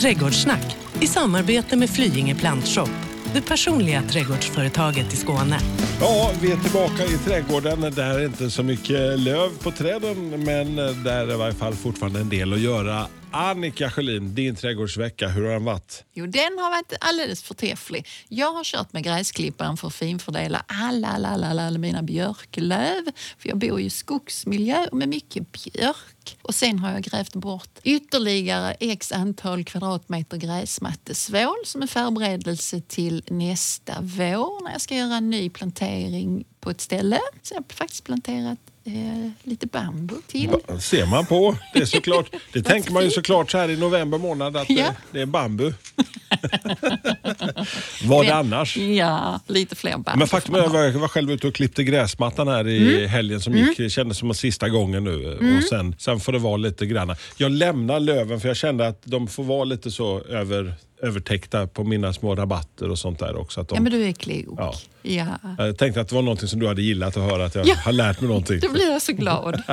Trädgårdssnack i samarbete med Flyinge Plantshop, det personliga trädgårdsföretaget i Skåne. Ja, vi är tillbaka i trädgården. Där är inte så mycket löv på träden, men där är i varje fall fortfarande en del att göra. Annika Sjölin, din trädgårdsvecka, hur har den varit? Jo, den har varit alldeles förträfflig. Jag har kört med gräsklipparen för att finfördela alla mina björklöv. För jag bor i skogsmiljö med mycket björk. Och sen har jag grävt bort ytterligare x antal kvadratmeter gräsmattesvål som en förberedelse till nästa vår när jag ska göra en ny plantering på ett ställe. Så jag har faktiskt planterat lite bambu till. Ser man på. Det är såklart. Det tänker man ju såklart så här i november månad att det är bambu. Vad det annars? Ja, lite fler bambu. Men faktum är att jag var själv ute och klippte gräsmattan här i helgen som gick. Det kändes som sista gången nu. Och sen får det vara lite grann. Jag lämnar löven för jag kände att de får vara lite så övertäckta på mina små rabatter och sånt där också. Att ja, men du är klok. Ja. Jag tänkte att det var någonting som du hade gillat att höra, att jag har lärt mig någonting. Då blir jag så glad.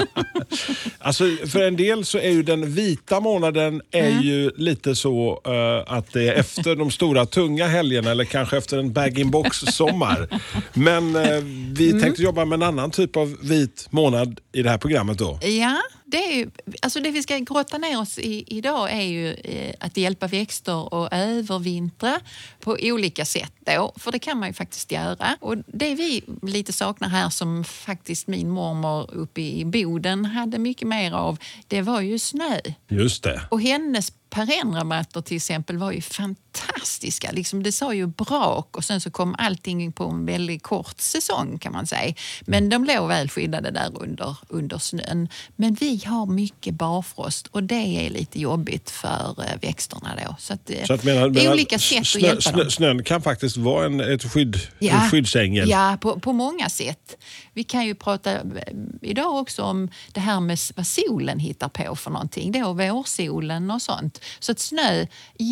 Alltså för en del så är ju den vita månaden är ju lite så att det är efter de stora tunga helgerna eller kanske efter en bag-in-box-sommar. Men vi tänkte jobba med en annan typ av vit månad i det här programmet då. Ja. Det är ju, alltså det vi ska grotta ner oss i idag är ju att hjälpa växter att övervintra på olika sätt då. För det kan man ju faktiskt göra. Och det vi lite saknar här som faktiskt min mormor uppe i Boden hade mycket mer av, det var ju snö. Just det. Och hennes perennrabatter till exempel var ju fantastiska. Liksom det sa ju brak och sen så kom allting på en väldigt kort säsong kan man säga. Men de låg väl skyddade där under snön. Men vi har mycket barfrost och det är lite jobbigt för växterna då. Så att det är olika sätt att hjälpa dem. Snön kan faktiskt vara ett skyddsängel. Ja, på många sätt. Vi kan ju prata idag också om det här med vad solen hittar på för någonting. Då vårsolen och sånt. Så att snö,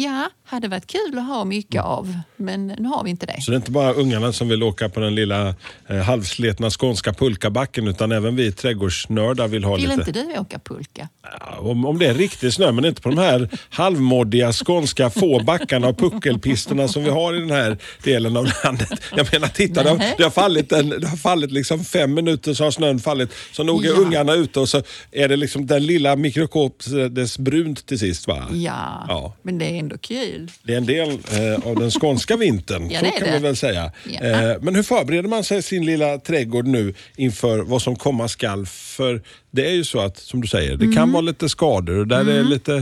hade varit kul att ha mycket av. Men nu har vi inte det. Så det är inte bara ungarna som vill åka på den lilla halvsletna skånska pulkabacken utan även vi trädgårdsnördar vill ha lite. Vill inte du åka pulka? Ja, om det är riktigt snö, men inte på de här halvmoddiga skånska få backarna och puckelpisterna som vi har i den här delen av landet. Jag menar, titta, det har fallit liksom 5 minuter så har snön fallit. Så nog är ungarna ute och så är det liksom den lilla mikroskopets brunt till sist, va? Ja, men det är ändå kul. Det är en del av den skånska vintern, så kan vi väl säga. Ja. Men hur förbereder man sig sin lilla trädgård nu inför vad som komma skall? För det är ju så att, som du säger, det kan vara lite skador och där är lite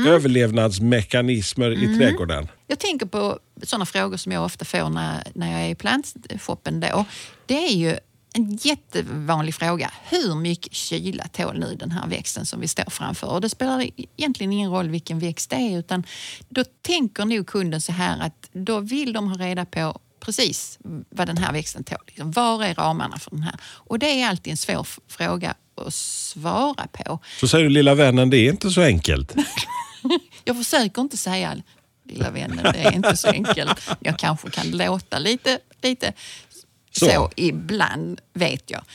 överlevnadsmekanismer i trädgården. Jag tänker på sådana frågor som jag ofta får när jag är i plantshoppen då. Det är ju en jättevanlig fråga. Hur mycket kyla tål nu den här växten som vi står framför? Och det spelar egentligen ingen roll vilken växt det är, utan då tänker nog kunden så här att då vill de ha reda på precis vad den här växten tål. Liksom, var är ramarna för den här? Och det är alltid en svår fråga att svara på. Så säger du, lilla vännen, det är inte så enkelt. Jag försöker inte säga, lilla vännen, det är inte så enkelt. Jag kanske kan låta lite så ibland, vet jag.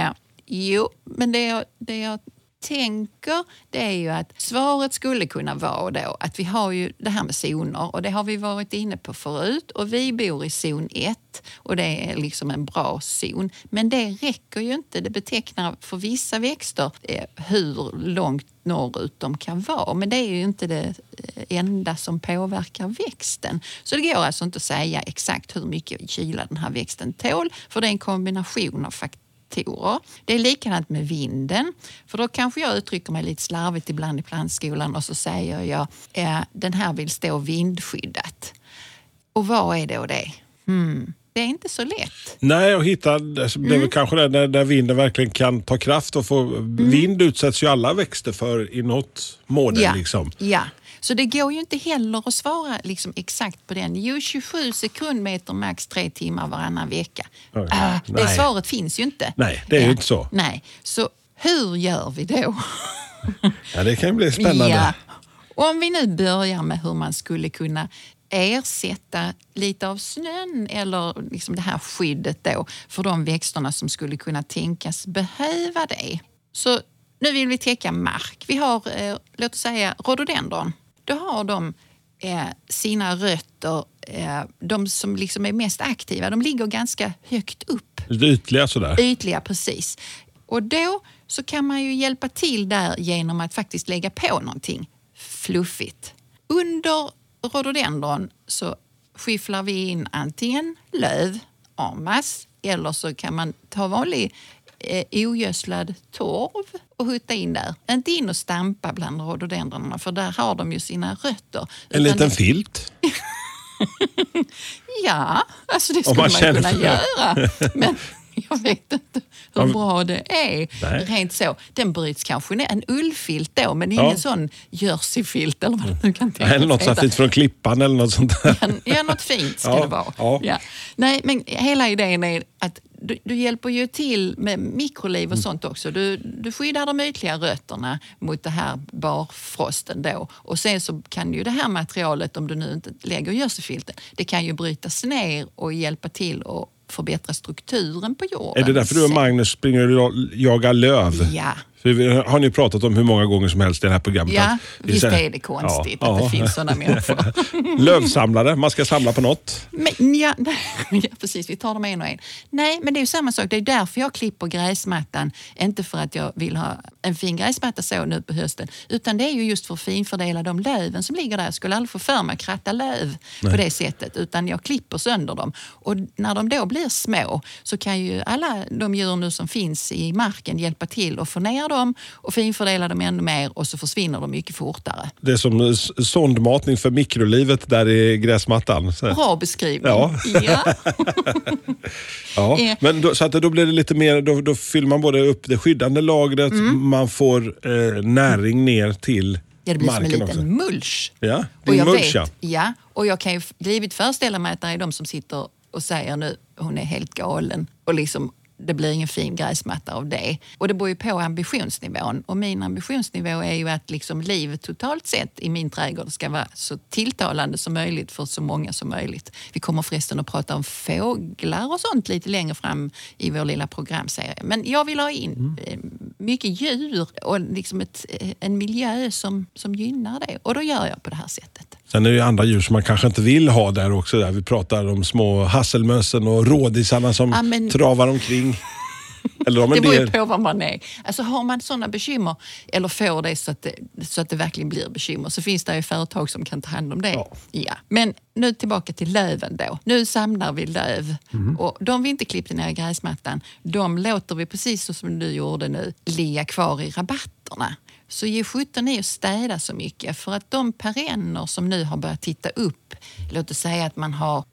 Men det jag tänker, det är ju att svaret skulle kunna vara då att vi har ju det här med zoner och det har vi varit inne på förut och vi bor i zon 1 och det är liksom en bra zon. Men det räcker ju inte. Det betecknar för vissa växter hur långt norrut de kan vara. Men det är ju inte det enda som påverkar växten. Så det går alltså inte att säga exakt hur mycket kyla den här växten tål, för det är en kombination av faktorer. Det är likadant med vinden. För då kanske jag uttrycker mig lite slarvigt ibland i plantskolan och så säger jag den här vill stå vindskyddat. Och vad är då det? Det är inte så lätt. Nej, och hitta, det är väl kanske där vinden verkligen kan ta kraft och få vind utsätts ju alla växter för i något mål liksom. Ja. Så det går ju inte heller att svara liksom exakt på den. 27 sekundmeter max 3 timmar varannan vecka. Det svaret finns ju inte. Nej, det är ju inte så. Nej, så hur gör vi då? Ja, det kan ju bli spännande. Ja. Om vi nu börjar med hur man skulle kunna ersätta lite av snön eller liksom det här skyddet då för de växterna som skulle kunna tänkas behöva det. Så nu vill vi täcka mark. Vi har, låt oss säga, rhododendron. Då har de sina rötter, de som liksom är mest aktiva, de ligger ganska högt upp. Ytliga sådär. Ytliga, precis. Och då så kan man ju hjälpa till där genom att faktiskt lägga på någonting fluffigt. Under rhododendron så skyfflar vi in antingen löv, amas, eller så kan man ta vanlig ogödslad torv och hutta in där. Inte in och stampa bland rhododendronerna, för där har de ju sina rötter. En liten filt? Ja, alltså det skulle man kunna göra. Men jag vet inte hur bra det är. Nej. Rent så. Den bryts kanske ner. En ullfilt då, men ingen sån jerseyfilt eller vad det nu kan tänkas. Eller något så fint från klippan eller något sånt där. Ja, något fint ska det vara. Ja. Nej, men hela idén är att du hjälper ju till med mikroliv och sånt också. Du skyddar de ytliga rötterna mot det här barfrosten då. Och sen så kan ju det här materialet, om du nu inte lägger gödselfilten, det kan ju brytas ner och hjälpa till och förbättra strukturen på jorden. Är det därför du och Magnus springer och jagar löv? Ja. För har ni pratat om hur många gånger som helst i det här programmet? Ja, visst är det konstigt att det finns sådana människor. Lövsamlare, man ska samla på något. Men, ja, precis, vi tar dem en och en. Nej, men det är ju samma sak. Det är därför jag klipper gräsmattan. Inte för att jag vill ha en fin gräsmatta så nu på hösten. Utan det är ju just för att finfördela de löven som ligger där. Jag skulle aldrig få för mig att kratta löv på det sättet. Utan jag klipper sönder dem. Och när de då blir små så kan ju alla de djur nu som finns i marken hjälpa till och få ner dem och finfördela dem ännu mer, och så försvinner de mycket fortare. Det är som sondmatning för mikrolivet där i gräsmattan. Bra beskrivning. Ja. Men då, så att då blir det lite mer, då fyller man både upp det skyddande lagret, man får näring ner till det blir marken som en också. liten mulch. Ja, och jag mulch, vet, och jag kan ju givet föreställa mig att det är de som sitter och säger nu, hon är helt galen, och liksom det blir ingen fin gräsmatta av det. Och det beror ju på ambitionsnivån. Och min ambitionsnivå är ju att liksom livet totalt sett i min trädgård ska vara så tilltalande som möjligt för så många som möjligt. Vi kommer förresten att prata om fåglar och sånt lite längre fram i vår lilla programserie. Men jag vill ha in mycket djur och liksom en miljö som gynnar det. Och då gör jag på det här sättet. Sen är det ju andra djur som man kanske inte vill ha där också. Där vi pratar om små hasselmössen och rådisarna som travar omkring. Eller det beror ju på vad man är. Alltså har man sådana bekymmer eller får det så att det verkligen blir bekymmer, så finns det ju företag som kan ta hand om det. Ja. Men nu tillbaka till löven då. Nu samlar vi löv. Och de vi inte klippte ner i gräsmattan, de låter vi precis så som du gjorde nu ligga kvar i rabatterna. Så ge 17 är att städa så mycket, för att de perenner som nu har börjat titta upp, låt oss säga att man har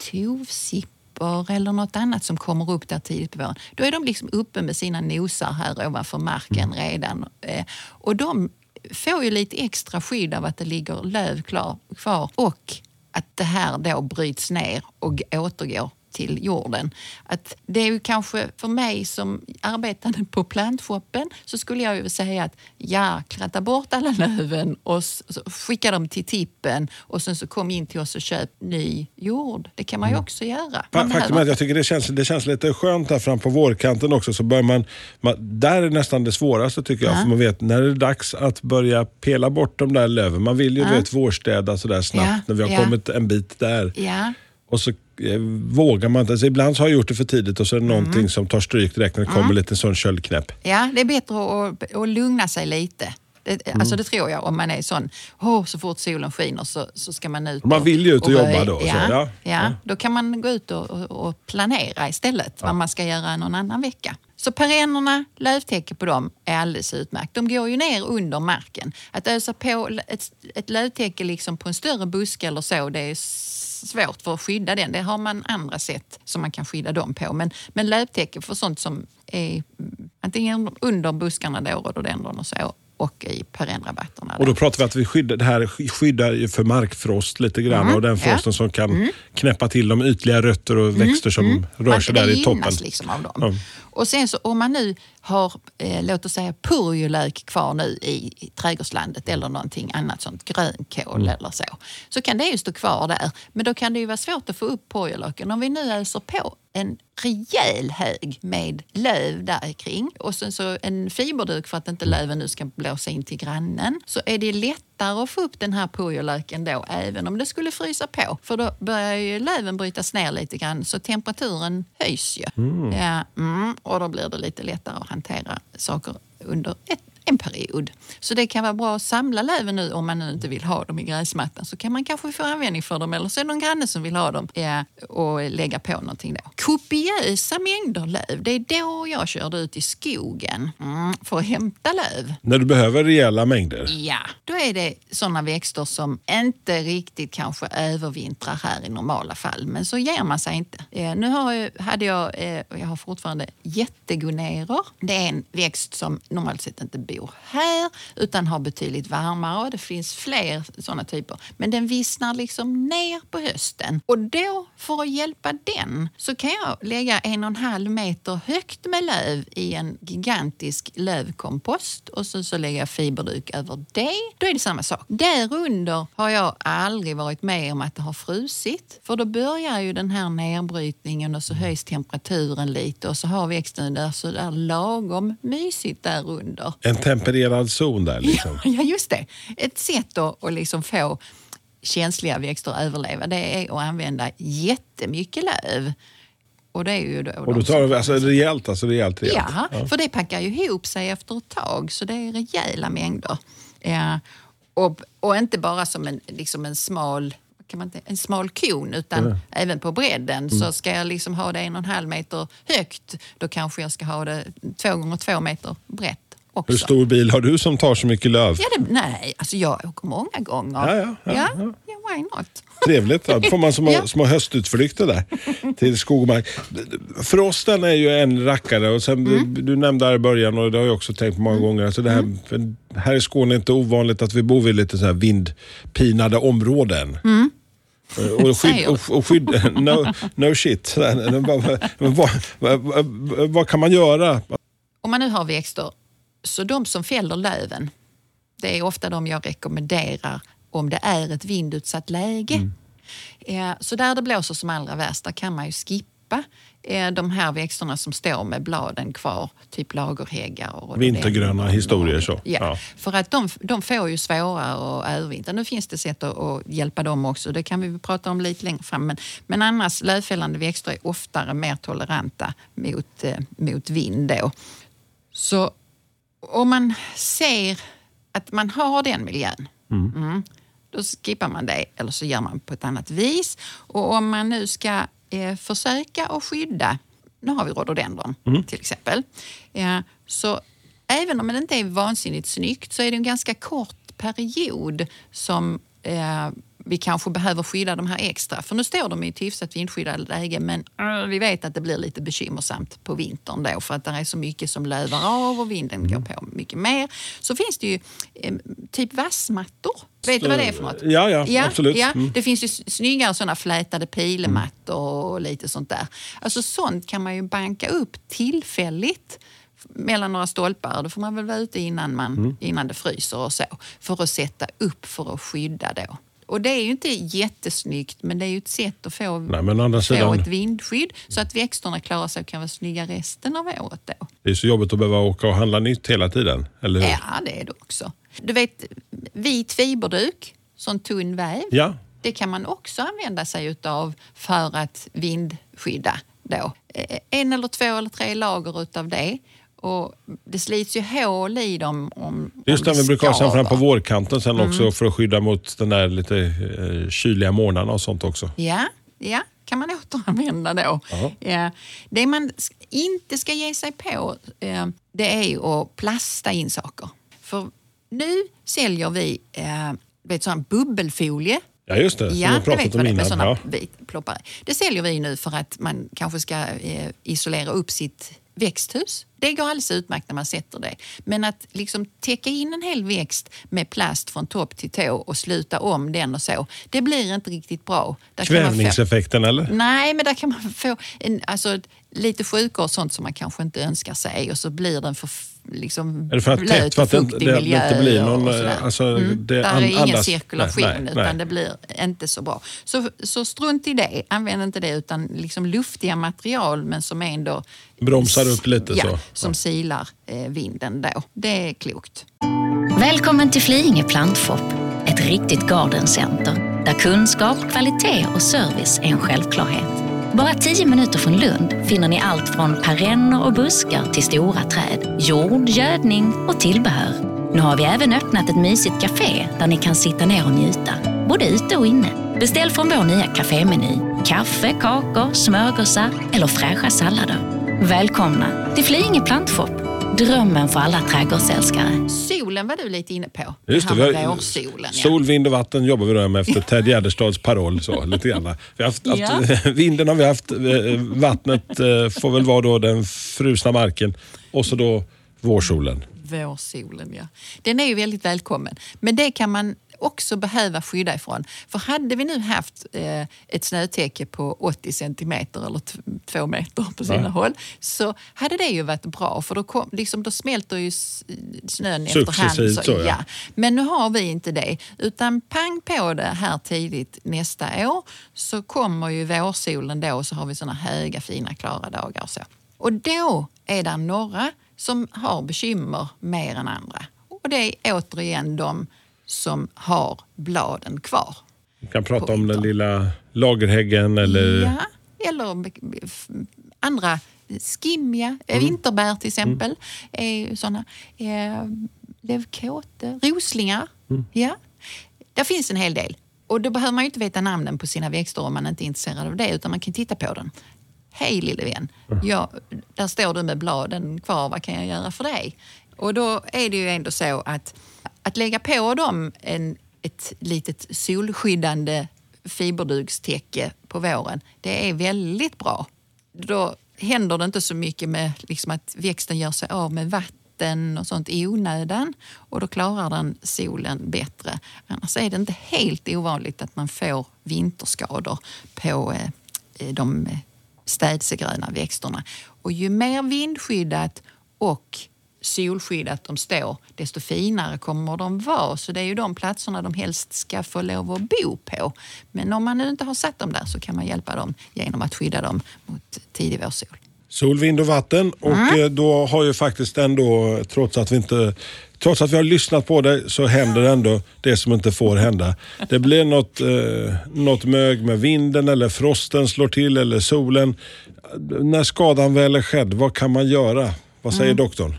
tovsippor eller något annat som kommer upp där tidigt på våren, då är de liksom uppe med sina nosar här ovanför marken redan. Och de får ju lite extra skydd av att det ligger löv kvar och att det här då bryts ner och återgår till jorden. Att det är ju kanske för mig som arbetade på plantshoppen, så skulle jag ju säga att kratta bort alla löven och skicka dem till tippen och sen så kom in till oss och köp ny jord. Det kan man ju också göra. Faktum är att jag tycker det känns lite skönt här fram på vårkanten också, så bör man där är nästan det svåraste tycker jag, för man vet när det är dags att börja pela bort de där löven. Man vill ju vårstäda så där snabbt när vi har kommit en bit där. Ja. Och så vågar man inte. Alltså, ibland så har jag gjort det för tidigt och så är det någonting som tar stryk direkt när det kommer lite sån köldknäpp. Ja, det är bättre att lugna sig lite. Alltså det tror jag, om man är sån, så fort solen skiner så ska man ut. Man vill ju ut och jobba då. Då kan man gå ut och planera istället vad man ska göra någon annan vecka. Så perennerna, lövtäcke på dem är alldeles utmärkt. De går ju ner under marken. Att ösa på ett lövtäcke liksom på en större buske eller så, det är svårt för att skydda den. Det har man andra sätt som man kan skydda dem på. Men lövtäcke för sånt som är antingen under buskarna då, rhododendron och så, och i perennrabatterna. Och då pratar vi att vi skyddar ju för markfrost lite grann och den frosten som kan knäppa till de ytliga rötter och växter som rör sig där i toppen. Liksom av dem. Och sen så om man nu har låt oss säga purjolök kvar nu i trädgårdslandet eller någonting annat sånt, grönkål eller så kan det ju stå kvar där. Men då kan det ju vara svårt att få upp purjolöken. Om vi nu öser på en rejäl hög med löv där kring och sen så en fiberduk för att inte löven nu ska blåsa in till grannen, så är det lättare att få upp den här purjolöken då även om det skulle frysa på. För då börjar ju löven brytas ner lite grann så temperaturen höjs ju. Och då blir det lite lättare att hantera saker under en period. Så det kan vara bra att samla löven nu om man nu inte vill ha dem i gräsmattan. Så kan man kanske få användning för dem eller så är det någon granne som vill ha dem och lägga på någonting då. Kopiösa mängder löv, det är då jag körde ut i skogen för att hämta löv. När du behöver rejäla mängder? Ja, då är det sådana växter som inte riktigt kanske övervintrar här i normala fall. Men så ger man sig inte. Nu jag har fortfarande jättegonerer. Det är en växt som normalt sett inte bor här utan har betydligt varmare och det finns fler sådana typer. Men den vissnar liksom ner på hösten och då för att hjälpa den så kan jag lägga 1,5 meter högt med löv i en gigantisk lövkompost och så lägger jag fiberduk över det. Då är det samma sak. Därunder har jag aldrig varit med om att det har frusit för då börjar ju den här nedbrytningen och så höjs temperaturen lite och så har växten där så där lagom mysigt därunder. En tempererad zon där liksom. Ja, just det. Ett sätt att liksom få känsliga växter att överleva det är att använda jättemycket löv. Och det är ju då... Och då tar du rejält. Ja, för det packar ju ihop sig efter ett tag så det är rejäla mängder. Ja, och inte bara som en smal... en smal kon utan även på bredden så ska jag liksom ha det 1,5 meter högt då kanske jag ska ha det 2 gånger 2 meter brett också. Hur stor bil har du som tar så mycket löv? Ja, nej, alltså jag åker många gånger. Ja, why not? Trevligt, då får man små höstutflykter där till skog och mark. Frosten är ju en rackare och sen du nämnde här i början och det har jag också tänkt på många gånger. Alltså det här i Skåne är inte ovanligt att vi bor vid lite så här vindpinade områden. Och skydd no shit. Vad kan man göra? Om man nu har växter så de som fäller löven det är ofta de jag rekommenderar om det är ett vindutsatt läge. Så där det blåser som allra värst där kan man ju skippa de här växterna som står med bladen kvar, typ lagerhäggar. Och vintergröna historier så. Ja, för att de får ju svårare att övervintra. Nu finns det sätt att hjälpa dem också. Det kan vi prata om lite längre fram. Men annars, lövfällande växter är oftare mer toleranta mot vind då. Så om man ser att man har den miljön, då skippar man det eller så gör man på ett annat vis. Och om man nu ska försöka att skydda, nu har vi rhododendron till exempel, så även om det inte är vansinnigt snyggt så är det en ganska kort period som vi kanske behöver skydda de här extra. För nu står de i ett hyfsat vindskyddade läge men vi vet att det blir lite bekymmersamt på vintern då för att det är så mycket som lövar av och vinden går på mycket mer. Så finns det ju typ vassmattor. Vet du vad det är för något? Ja, absolut. Ja, det finns ju snyggare sådana flätade pilemattor och lite sånt där. Alltså sånt kan man ju banka upp tillfälligt mellan några stolpar. Då får man väl vara ute innan det fryser och så. För att sätta upp för att skydda då. Och det är ju inte jättesnyggt men det är ju ett sätt att få ett vindskydd så att växterna klarar sig och kan vara snygga resten av året då. Det är så jobbigt att behöva åka och handla nytt hela tiden, eller hur? Ja, det är det också. Du vet, vit fiberduk, sån tunn väv, det kan man också använda sig utav för att vindskydda då. 1 eller 2 eller 3 lager utav det. Och det slits ju hål i dem just det, vi brukar ha sen fram på vårkanten sen också för att skydda mot den där lite kyliga månaderna och sånt också. Ja, kan man återanvända då. Ja. Det man inte ska ge sig på det är ju att plasta in saker. För nu säljer vi sån bubbelfolie. Ja, just det. Som vi pratat om innan. Såna ploppare. Det säljer vi nu för att man kanske ska isolera upp sitt växthus. Det går alldeles utmärkt när man sätter det. Men att liksom täcka in en hel växt med plast från topp till tå och sluta om den och så, det blir inte riktigt bra. Kvävningseffekten eller? Nej, men där kan man få lite sjukor och sånt som man kanske inte önskar sig och så blir den för liksom blöt och fuktig miljö. Det blir någon, där är ingen cirkulation utan det blir inte så bra. Så strunt i det, använd inte det utan liksom luftiga material men som ändå bromsar upp lite som silar vinden då. Det är klokt. Välkommen till Flyinge Plantshop, ett riktigt gardencenter där kunskap, kvalitet och service är en självklarhet. Bara 10 minuter från Lund finner ni allt från perenner och buskar till stora träd, jord, gödning och tillbehör. Nu har vi även öppnat ett mysigt café där ni kan sitta ner och njuta, både ute och inne. Beställ från vår nya kafémeny. Kaffe, kakor, smörgåsar eller fräscha sallader. Välkomna till Flyinge Plantshop. Drömmen för alla trädgårdsälskare. Solen var du lite inne på. Just det, vårsolen. Sol, vind och vatten jobbar vi då med efter Ted Gärdestads paroll. Så, lite grann. Vi har haft vinden har vi haft, vattnet får väl vara då den frusna marken och så då vårsolen. Vårsolen, ja. Den är ju väldigt välkommen. Men det kan man också behöva skydda ifrån. För hade vi nu haft ett snötäcke på 80 centimeter eller 2 meter på sina håll så hade det ju varit bra för då smälter ju snön efterhand. Så. Men nu har vi inte det utan pang på det här tidigt nästa år så kommer ju vårsolen då och så har vi såna höga fina klara dagar och så. Och då är det några som har bekymmer mer än andra. Och det är återigen de som har bladen kvar. Vi kan prata om den lilla lagerhäggen eller... Ja, eller andra skimmiga, vinterbär till exempel. Sådana lövkåte, roslingar. Ja, där finns en hel del. Och då behöver man ju inte veta namnen på sina växter om man inte är intresserad av det utan man kan titta på den. Hej lille vän, där står du med bladen kvar, vad kan jag göra för dig? Och då är det ju ändå så att lägga på dem ett litet solskyddande fiberdugstäcke på våren, det är väldigt bra. Då händer det inte så mycket med liksom att växten gör sig av med vatten och sånt i onödan och då klarar den solen bättre. Annars är det inte helt ovanligt att man får vinterskador på de städsegröna växterna. Och ju mer vindskyddat och solskyddat de står, desto finare kommer de vara. Så det är ju de platserna de helst ska få lov att bo på. Men om man nu inte har satt dem där så kan man hjälpa dem genom att skydda dem mot tidig vårsol. Sol, vind och vatten. Och då har ju faktiskt ändå, trots att vi har lyssnat på det så händer ändå det som inte får hända. Det blir något mög med vinden eller frosten slår till eller solen. När skadan väl är skedd, vad kan man göra? Vad säger doktorn?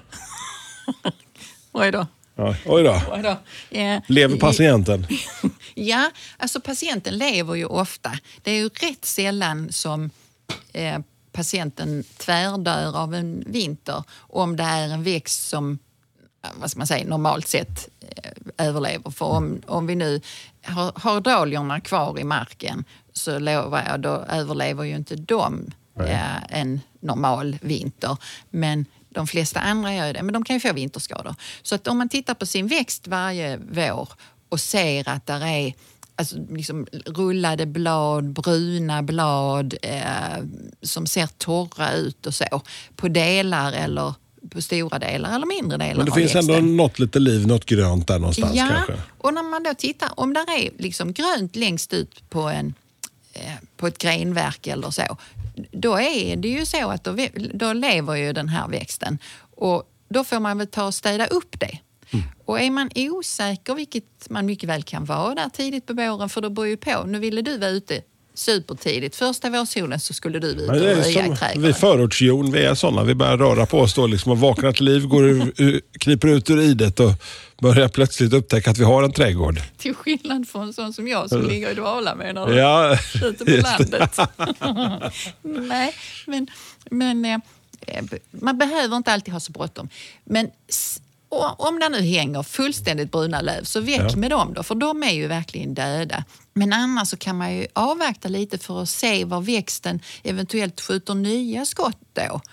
Oj då. Ja, oj då. Lever patienten? Ja, alltså patienten lever ju ofta. Det är ju rätt sällan som patienten tvärdör av en vinter om det är en växt som normalt sett överlever. För om vi nu har dahliorna kvar i marken så lovar jag, då överlever ju inte de en normal vinter. Men de flesta andra gör det, men de kan ju få vinterskador. Så att om man tittar på sin växt varje vår och ser att där är liksom rullade blad, bruna blad som ser torra ut och så på delar eller på stora delar eller mindre delar. Men det finns ändå något lite liv, något grönt där någonstans kanske. Och när man då tittar, om där är liksom grönt längst ut på ett grenverk eller så, då är det ju så att då lever ju den här växten och då får man väl ta och städa upp det. Och är man osäker, vilket man mycket väl kan vara där tidigt på våren, för då beror ju på, nu ville du vara ute supertidigt. Första vårsolen så skulle du vara ute och röja i trädgården. Vi förortsjon, vi är sådana. Vi börjar röra på oss då liksom och vaknar till liv, kryper ut ur idet och börjar plötsligt upptäcka att vi har en trädgård. Till skillnad från sån som jag som ligger i dvala med ute på landet. Nej, men man behöver inte alltid ha så bråttom. Men om det nu hänger fullständigt bruna löv så väck med dem då, för de är ju verkligen döda. Men annars så kan man ju avvakta lite för att se var växten eventuellt skjuter nya skott då.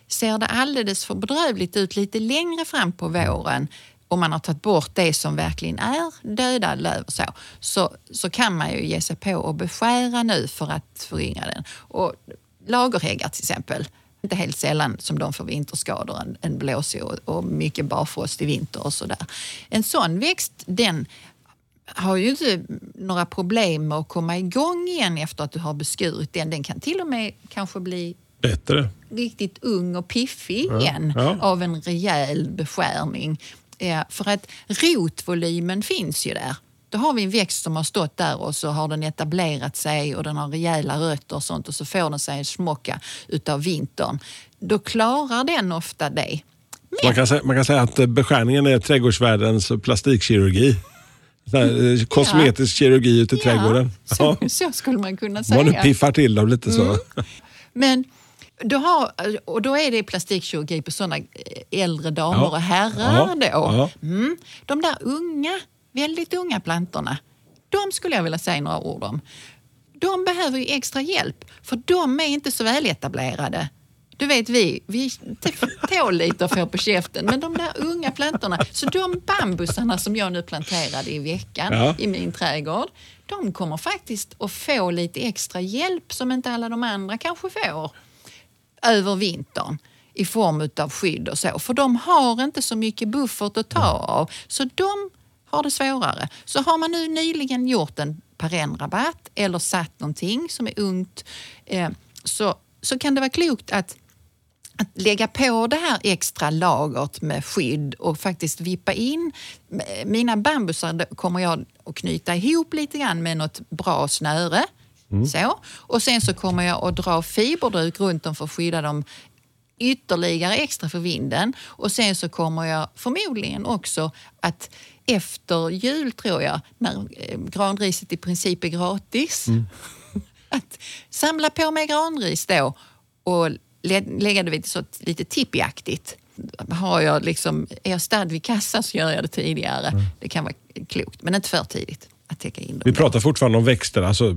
ser det alldeles för bedrövligt ut lite längre fram på våren, om man har tagit bort det som verkligen är döda löv så kan man ju ge sig på att beskära nu för att föryngra den. Och lagerhäggar till exempel, inte helt sällan som de får vinterskador, en blåsig och mycket barfrost i vinter och sådär. En sån växt, den har ju inte några problem med att komma igång igen efter att du har beskurit den. Den kan till och med kanske bli bättre, riktigt ung och piffig igen av en rejäl beskärning. För att rotvolymen finns ju där. Då har vi en växt som har stått där och så har den etablerat sig och den har rejäla rötter och sånt och så får den sig en smocka utav vintern. Då klarar den ofta det. Man kan säga att beskärningen är trädgårdsvärldens plastikkirurgi. Kosmetisk kirurgi ute i trädgården. Så skulle man kunna säga. Man nu piffar till dem lite så. Men då är det plastikkirurgi på sådana äldre damer och herrar då. De där väldigt unga plantorna, de skulle jag vilja säga några ord om. De behöver ju extra hjälp, för de är inte så väl etablerade. Du vet, vi tål lite och får på käften, men de där unga plantorna, så de bambusarna som jag nu planterade i veckan i min trädgård, de kommer faktiskt att få lite extra hjälp som inte alla de andra kanske får över vintern i form av skydd och så. För de har inte så mycket buffert att ta av, så de har det svårare. Så har man nu nyligen gjort en perennrabatt eller satt någonting som är ungt, så kan det vara klokt att lägga på det här extra lagret med skydd och faktiskt vippa in. Mina bambusar kommer jag att knyta ihop lite grann med något bra snöre. Så. Och sen så kommer jag att dra fiberduk runt dem för att skydda dem ytterligare extra för vinden. Och sen så kommer jag förmodligen också att efter jul, tror jag, när granriset i princip är gratis, att samla på med granris då och lägga det lite tippjaktigt. Är jag stad vid kassa så gör jag det tidigare. Det kan vara klokt, men inte för tidigt att täcka in dem. Vi pratar fortfarande om växter. Alltså,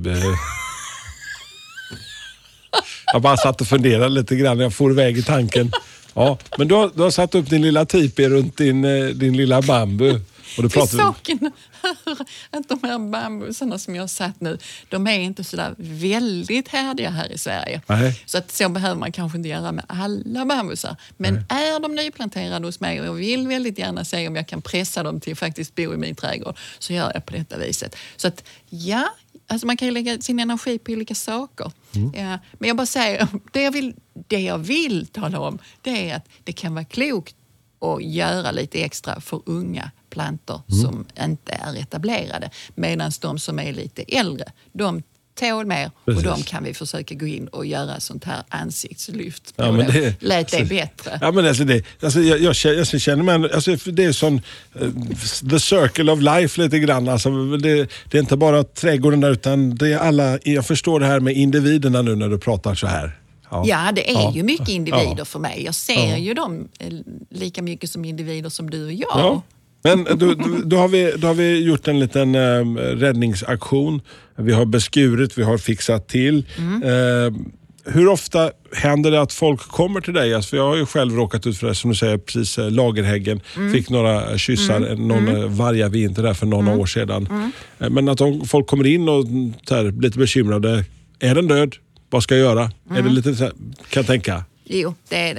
jag bara satt och funderade lite grann. Jag får iväg i tanken. Ja, men du har satt upp din lilla tipi runt din lilla bambu. Och du pratar... Saken att de här bambusarna som jag har satt nu, de är inte så där väldigt härdiga här i Sverige. Nej. Så behöver man kanske inte göra med alla bambusar. Men är de nyplanterade hos mig och jag vill väldigt gärna se om jag kan pressa dem till att faktiskt bo i min trädgård, så gör jag på detta viset. Så att alltså man kan ju lägga sin energi på olika saker. Men jag bara säger, det jag vill tala om, det är att det kan vara klokt att göra lite extra för unga plantor som inte är etablerade. Medan de som är lite äldre, de tål mer. Precis. Och de kan vi försöka gå in och göra sånt här ansiktslyft på. Lät det bättre. Ja, men jag känner mig, det är sån the circle of life lite grann. Alltså, det är inte bara trädgården där, utan det är alla. Jag förstår det här med individerna nu när du pratar så här. Ja, det är ju mycket individer för mig. Jag ser ju dem lika mycket som individer som du och jag. Ja. Men då har vi gjort en liten räddningsaktion. Vi har beskurit, vi har fixat till. Hur ofta händer det att folk kommer till dig? Alltså, jag har ju själv råkat ut för det, som du säger, precis lagerhäggen. Fick några kyssar, någon vargavinter där för några år sedan. Men att folk kommer in och blir lite bekymrade. Är den död? Vad ska jag göra? Är det lite så här, kan jag tänka? Jo,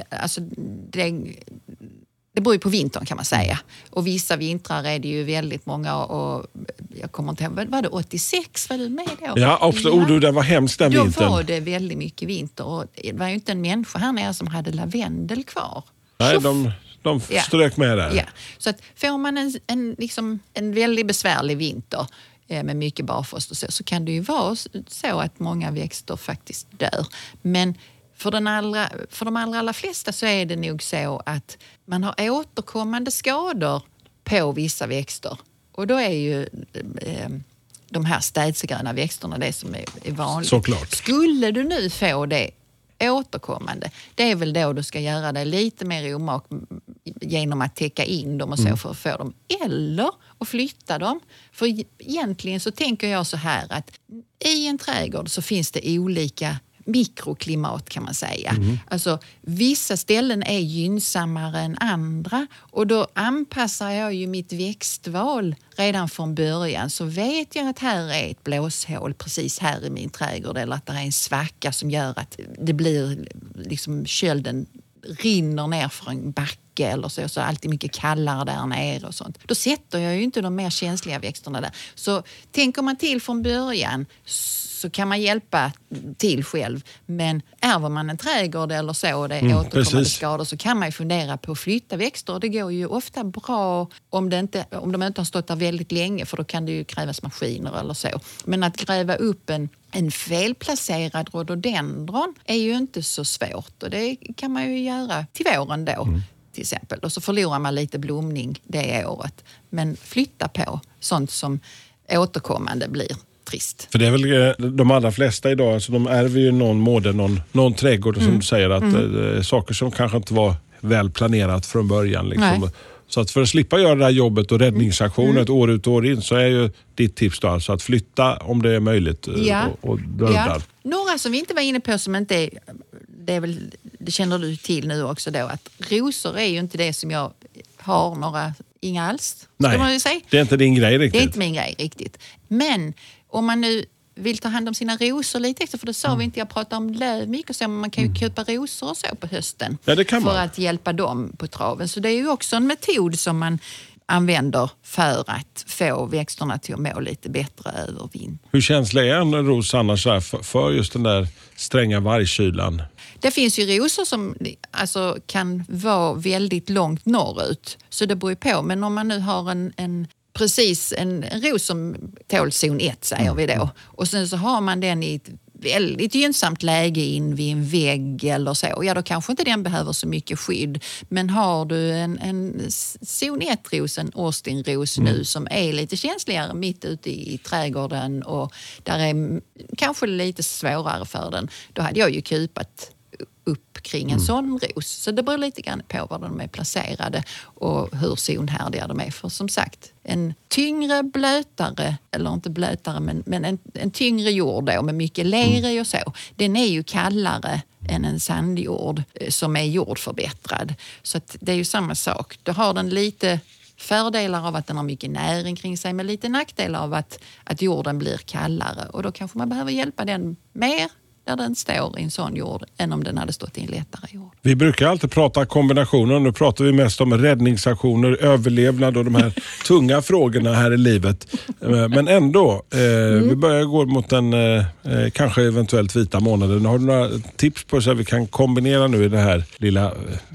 det beror ju på vintern, kan man säga. Och vissa vintrar är det ju väldigt många, och jag kommer inte ihåg, var det 86? Var du med då? Ja, också, det var hemskt den vintern. Då var det väldigt mycket vinter, och det var ju inte en människa här nere som hade lavendel kvar. Nej, de strök med där. Ja. Så att får man en väldigt besvärlig vinter med mycket barfrost och så kan det ju vara så att många växter faktiskt dör. Men för de allra flesta så är det nog så att man har återkommande skador på vissa växter. Och då är ju de här städsegröna växterna det som är vanligt. Såklart. Skulle du nu få det återkommande, det är väl då du ska göra det lite mer omak genom att täcka in dem och så för att få dem. Eller att flytta dem. För egentligen så tänker jag så här att i en trädgård så finns det olika mikroklimat kan man säga. Alltså vissa ställen är gynnsammare än andra och då anpassar jag ju mitt växtval redan från början. Så vet jag att här är ett blåshål precis här i min trädgård eller att det är en svacka som gör att det blir liksom kölden rinner ner för en backe eller så är alltid mycket kallare där nere och sånt. Då sätter jag ju inte de mer känsliga växterna där. Så tänker man till från början så kan man hjälpa till själv. Men ärver man en trädgård eller så och det är återkommande skador så kan man ju fundera på att flytta växter. Det går ju ofta bra om de inte har stått där väldigt länge för då kan det ju krävas maskiner eller så. Men att gräva upp en felplacerad rhododendron är ju inte så svårt och det kan man ju göra till våren då till exempel. Och så förlorar man lite blomning det året. Men flytta på sånt som återkommande blir trist. För det är väl de allra flesta idag, alltså de ärver ju någon trädgård som du säger att saker som kanske inte var väl planerat från början. Liksom. Så att för att slippa göra det här jobbet och räddningsaktioner ett år ut och år in så är ju ditt tips då alltså att flytta om det är möjligt och döda. Några som vi inte var inne på som inte är, det känner du till nu också då, att rosor är ju inte det som jag har inga alls. Nej, man säga. Det är inte din grej riktigt. Det är inte min grej riktigt. Men om man nu vill ta hand om sina rosor lite extra, för det sa vi inte, jag pratar om löv mycket och så, men man kan ju köpa rosor och så på hösten för att hjälpa dem på traven. Så det är ju också en metod som man använder för att få växterna till att må lite bättre över vind. Hur känslig är en ros annars för just den där stränga vargkylan? Det finns ju rosor som alltså, kan vara väldigt långt norrut, så det beror ju på. Men om man nu har en ros som tål zon 1 säger vi då. Och sen så har man den i ett väldigt gynnsamt läge in vid en vägg eller så. Ja, då kanske inte den behöver så mycket skydd. Men har du en zon 1-ros, en Austin-ros nu som är lite känsligare mitt ute i trädgården och där är kanske lite svårare för den. Då hade jag ju kupat upp kring en sån ros. Så det beror lite grann på var de är placerade och hur zonhärdiga de är. För som sagt, en tyngre, blötare, eller inte blötare, men en tyngre jord då med mycket ler i och så. Den är ju kallare än en sandjord som är jordförbättrad. Så att det är ju samma sak. Då har den lite fördelar av att den har mycket näring kring sig, men lite nackdelar av att jorden blir kallare. Och då kanske man behöver hjälpa den mer där den står i en sån jord än om den hade stått i en lättare jord. Vi brukar alltid prata kombinationer. Nu pratar vi mest om räddningsaktioner, överlevnad och de här tunga frågorna här i livet. Men ändå, vi börjar gå mot den kanske eventuellt vita månaden. Har du några tips på så att vi kan kombinera nu i den här lilla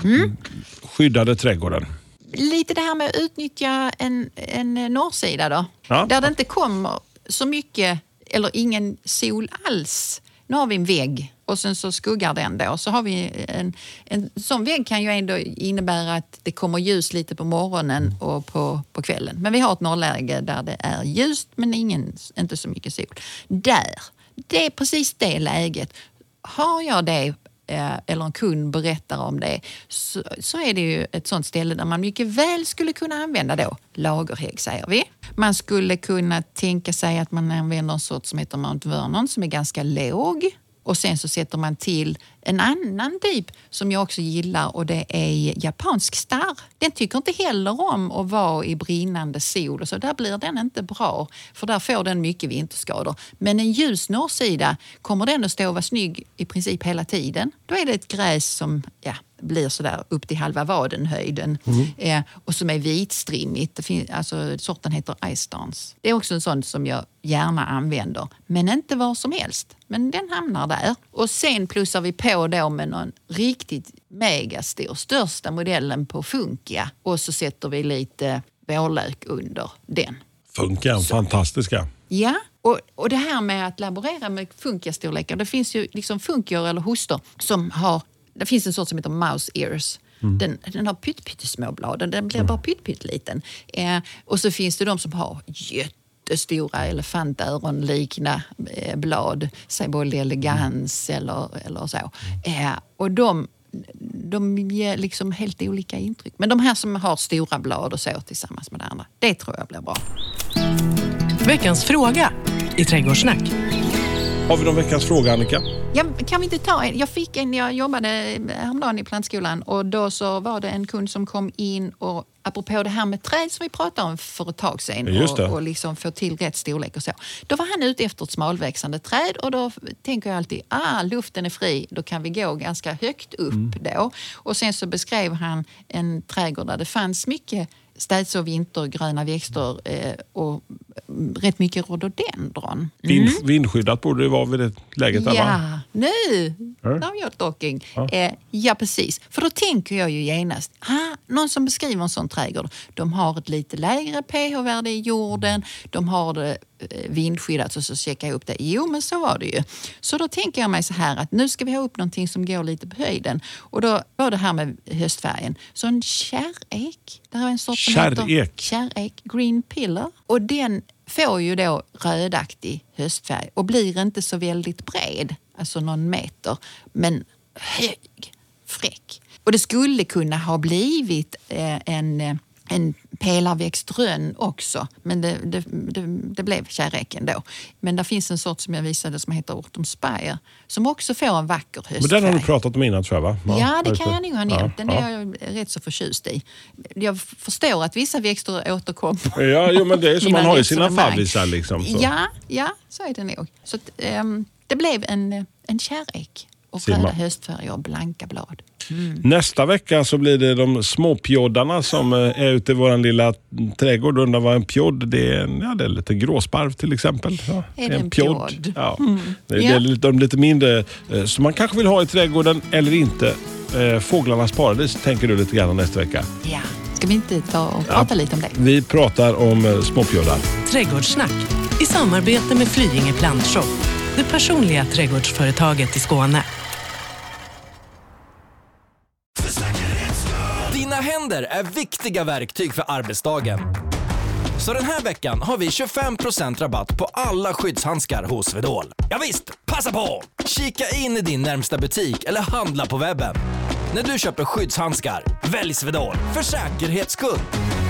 skyddade trädgården? Lite det här med att utnyttja en norrsida då. Ja. Där det inte kommer så mycket eller ingen sol alls. Nu har vi en vägg och sen så skuggar den då. Så har vi en sån vägg kan ju ändå innebära att det kommer ljus lite på morgonen och på kvällen. Men vi har ett norrläge där det är ljust men inte så mycket sol. Det är precis det läget. Har jag det eller en kund berättar om det så är det ju ett sånt ställe där man mycket väl skulle kunna använda då lagerhägg säger vi. Man skulle kunna tänka sig att man använder en sort som heter Mount Vernon som är ganska låg och sen så sätter man till en annan typ som jag också gillar och det är japansk starr. Den tycker inte heller om att vara i brinnande sol och så där blir den inte bra för där får den mycket vinterskador. Men en ljus norrsida kommer den att stå och vara snygg i princip hela tiden. Då är det ett gräs som blir sådär upp till halva vadenhöjden och som är vitstrimmigt. Alltså sorten heter Ice Dance. Det är också en sån som jag gärna använder. Men inte var som helst. Men den hamnar där. Och sen plussar vi på då med någon riktigt megastor, största modellen på Funkia. Och så sätter vi lite vårlök under den. Funkia, fantastiska. Ja, och det här med att laborera med Funkia-storlekar. Det finns ju liksom Funkior eller hoster som har. Det finns en sort som heter mouse ears. Den har pyttesmå blad. Den blir bara pytteliten. Och så finns det de som har jättestora elefantöron-likna blad. Seibold elegans eller så. Och de ger liksom helt olika intryck. Men de här som har stora blad och så tillsammans med det andra. Det tror jag blir bra. Veckans fråga i Trädgårdssnack. Har vi någon veckans fråga, Annika? Ja, kan vi inte ta en? Jag jobbade häromdagen i plantskolan och då så var det en kund som kom in och apropå det här med träd som vi pratade om för ett tag sedan och liksom få till rätt storlek och så. Då var han ute efter ett smalväxande träd och då tänker jag alltid, luften är fri, då kan vi gå ganska högt upp då. Och sen så beskrev han en trädgård där det fanns mycket stads- och vintergröna växter och rätt mycket rhododendron. Vindskyddat borde det vara vid det läget. Ja, nu now you're talking. Ja, precis. För då tänker jag ju genast, någon som beskriver en sån trädgård, de har ett lite lägre pH-värde i jorden, de har det vindskyddat och så checkar jag upp det. Jo, men så var det ju. Så då tänker jag mig så här att nu ska vi ha upp någonting som går lite på höjden. Och då var det här med höstfärgen. Så en kärrek, det här är en sort som heter kärrek, green pillar. Och den får ju då rödaktig höstfärg och blir inte så väldigt bred, alltså någon meter, men hög, fräck. Och det skulle kunna ha blivit en pelarväxt rönn också, men det blev kärreken då. Men där finns en sort som jag visade som heter Autumn Spire som också får en vacker höstfärg. Men den har du pratat om innan, tror jag, va? Ja, det kan jag nog ha nämnt. Den är jag rätt så förtjust i. Jag förstår att vissa växter återkommer. Ja, men det är som man har i sina favvisar liksom. Så. Ja, så är det nog. Så att, det blev en kärrek och röda höstfärger och blanka blad. Nästa vecka så blir det de små pjoddarna som är ute i våran lilla trädgård. Undrar vad en pjodd, det är lite gråsparv till exempel. Ja, är det en pjodd? Ja. Det är de lite mindre som man kanske vill ha i trädgården eller inte. Fåglarnas paradis tänker du lite grann nästa vecka. Ja, ska vi inte ta och prata lite om det? Vi pratar om småpjoddar. Trädgårdssnack i samarbete med Flyinge Plantshop, det personliga trädgårdsföretaget i Skåne. Dina händer är viktiga verktyg för arbetsdagen. Så den här veckan har vi 25% rabatt på alla skyddshandskar hos Swedol. Ja visst, passa på! Kika in i din närmsta butik eller handla på webben. När du köper skyddshandskar, välj Swedol för säkerhets skull.